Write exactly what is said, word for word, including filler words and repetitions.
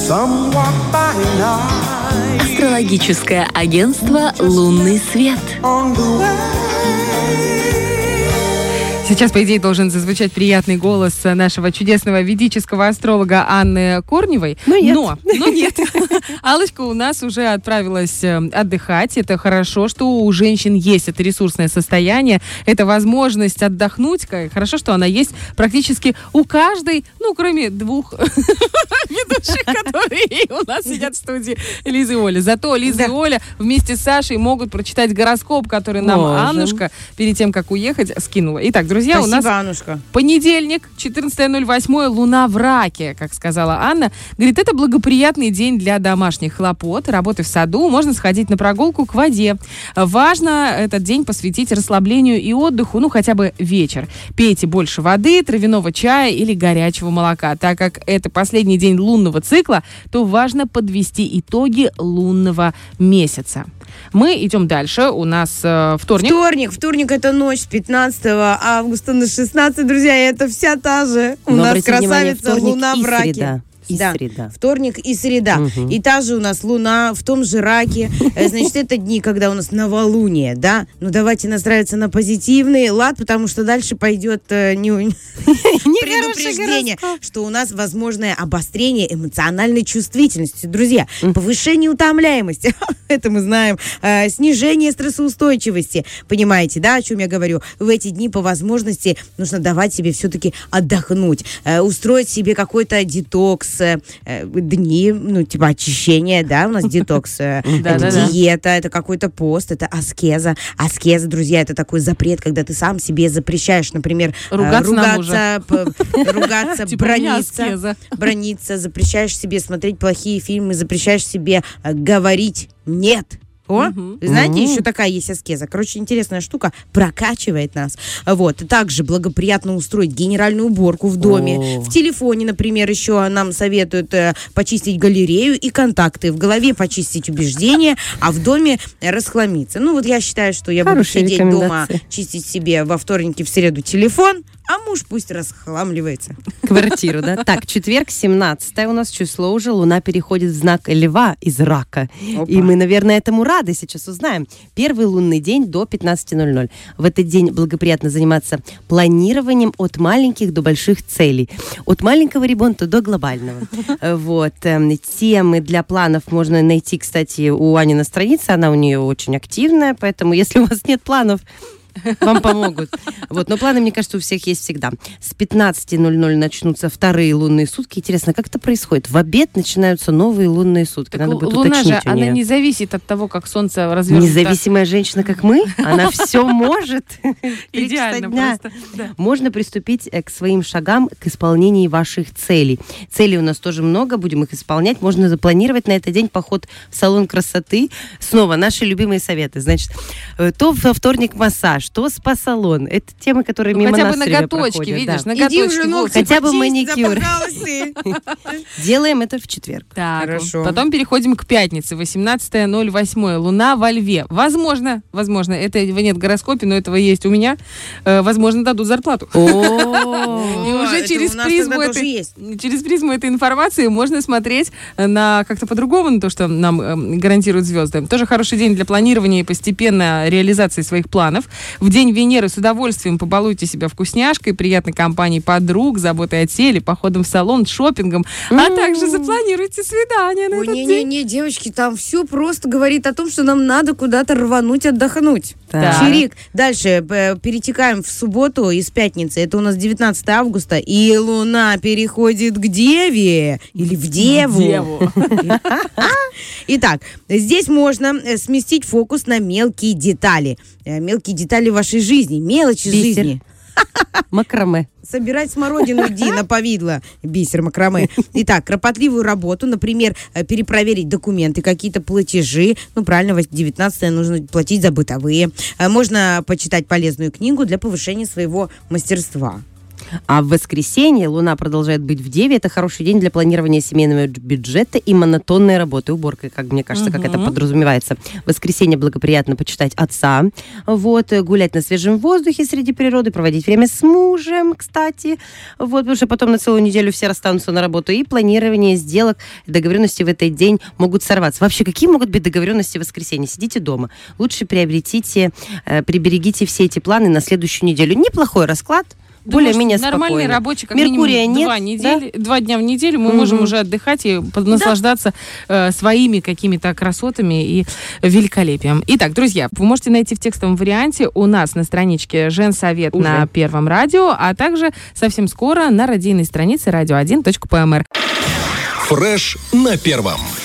Астрологическое агентство «Лунный свет». Сейчас, по идее, должен зазвучать приятный голос нашего чудесного ведического астролога Анны Корневой. Но нет. Но, но нет. Аллочка у нас уже отправилась отдыхать. Это хорошо, что у женщин есть это ресурсное состояние, это возможность отдохнуть. Хорошо, что она есть практически у каждой, ну, кроме двух ведущих, которые у нас сидят в студии, Лиза и Оля. Зато Лиза да. и Оля вместе с Сашей могут прочитать гороскоп, который нам Можем. Аннушка перед тем, как уехать, скинула. Итак, друзья, Друзья, Спасибо, у нас Аннушка. Понедельник, четырнадцатое ноль восьмое, луна в раке, как сказала Анна. Говорит, это благоприятный день для домашних хлопот, работы в саду, можно сходить на прогулку к воде. Важно этот день посвятить расслаблению и отдыху, ну хотя бы вечер. Пейте больше воды, травяного чая или горячего молока. Так как это последний день лунного цикла, то важно подвести итоги лунного месяца. Мы идем дальше. У нас э, вторник. Вторник. Вторник это ночь с пятнадцатого августа на шестнадцатое, друзья. И это вся та же. У Но нас красавица внимание, луна в раке. Среда. И да. среда. Вторник и среда. Угу. И та же у нас луна в том же раке. Значит, это дни, когда у нас новолуние, да? Ну, давайте настраиваться на позитивный лад, потому что дальше пойдет э, не, предупреждение, что у нас возможное обострение эмоциональной чувствительности. Друзья, повышение утомляемости, это мы знаем, э, снижение стрессоустойчивости. Понимаете, да, о чем я говорю? В эти дни по возможности нужно давать себе все-таки отдохнуть, э, устроить себе какой-то детокс, дни, ну, типа очищения, да, у нас детокс, это диета, это какой-то пост, это аскеза. Аскеза, друзья, это такой запрет, когда ты сам себе запрещаешь, например, ругаться, ругаться, браниться, браниться, запрещаешь себе смотреть плохие фильмы, запрещаешь себе говорить «нет». О, угу. Знаете, угу. еще такая есть аскеза. Короче, интересная штука, прокачивает нас. Вот. Также благоприятно устроить генеральную уборку в доме. О. В телефоне, например, еще нам советуют э, почистить галерею и контакты. В голове почистить убеждения, а в доме расхламиться. Ну, вот я считаю, что я Хорошие буду сидеть дома, чистить себе во вторнике, в среду телефон, а муж пусть расхламливается. Квартиру, да? Так, четверг, семнадцатое у нас число уже, луна переходит в знак льва из рака. Опа. И мы, наверное, этому рады, сейчас узнаем. Первый лунный день до пятнадцати ноль-ноль. В этот день благоприятно заниматься планированием от маленьких до больших целей. От маленького ремонта до глобального. Вот. Темы для планов можно найти, кстати, у Ани на странице. Она у нее очень активная, поэтому если у вас нет планов, вам помогут. Вот. Но планы, мне кажется, у всех есть всегда. С пятнадцати ноль-ноль начнутся вторые лунные сутки. Интересно, как это происходит? В обед начинаются новые лунные сутки. Так Надо будет Луна уточнить же, у нее. Она не зависит от того, как солнце развернуто. Независимая женщина, как мы, она все может. Идеально просто. Можно приступить к своим шагам, к исполнению ваших целей. Целей у нас тоже много, будем их исполнять. Можно запланировать на этот день поход в салон красоты. Снова наши любимые советы. Значит, то во вторник массаж, что спа-салон. Это темы, которые ну, мимо хотя нас бы ноготочки, проходят, видишь, да. ноготочки. Иди уже ногти хотя бы почисть, маникюр. Делаем это в четверг. Так, хорошо. Потом переходим к пятнице, восемнадцатое ноль восьмое. Луна во Льве. Возможно, возможно, этого нет в гороскопе, но этого есть у меня. Э, возможно, дадут зарплату. И уже через призму этой, через призму этой информации можно смотреть на как-то по-другому, на то, что нам гарантируют звезды. Тоже хороший день для планирования и постепенно реализации своих планов. В день Венеры с удовольствием побалуйте себя вкусняшкой, приятной компанией подруг, заботой о теле, походом в салон, шопингом, а также запланируйте свидание на Ой, этот не, день. Не-не-не, девочки, там все просто говорит о том, что нам надо куда-то рвануть, отдохнуть. Так. Чирик. Дальше э, перетекаем в субботу из пятницы. Это у нас девятнадцатое августа. И луна переходит к Деве. Или в Деву. Деву. Итак, здесь можно сместить фокус на мелкие детали. Мелкие детали вашей жизни. Мелочи Бисер. жизни. Макраме. Собирать смородину, иди на повидло. Бисер, макраме. Итак, кропотливую работу, например, перепроверить документы, какие-то платежи. Ну, правильно, в девятнадцатое нужно платить за бытовые. Можно почитать полезную книгу для повышения своего мастерства. А в воскресенье Луна продолжает быть в Деве. Это хороший день для планирования семейного бюджета и монотонной работы, уборкой, как мне кажется, uh-huh. как это подразумевается. В воскресенье благоприятно почитать отца, вот, гулять на свежем воздухе среди природы, проводить время с мужем, кстати, вот, потому что потом на целую неделю все расстанутся на работу, и планирование сделок, договоренности в этот день могут сорваться. Вообще, какие могут быть договоренности в воскресенье? Сидите дома. Лучше приобретите, э, приберегите все эти планы на следующую неделю. Неплохой расклад. Более-менее спокойно. Нормальный рабочий, как Меркурия минимум нет, два, недели, да? два дня в неделю мы угу. можем уже отдыхать и наслаждаться да. э, своими какими-то красотами и великолепием. Итак, друзья, вы можете найти в текстовом варианте у нас на страничке Женсовет уже. На Первом радио, а также совсем скоро на радийной странице радио один точка пэ эм эр. Фреш на Первом.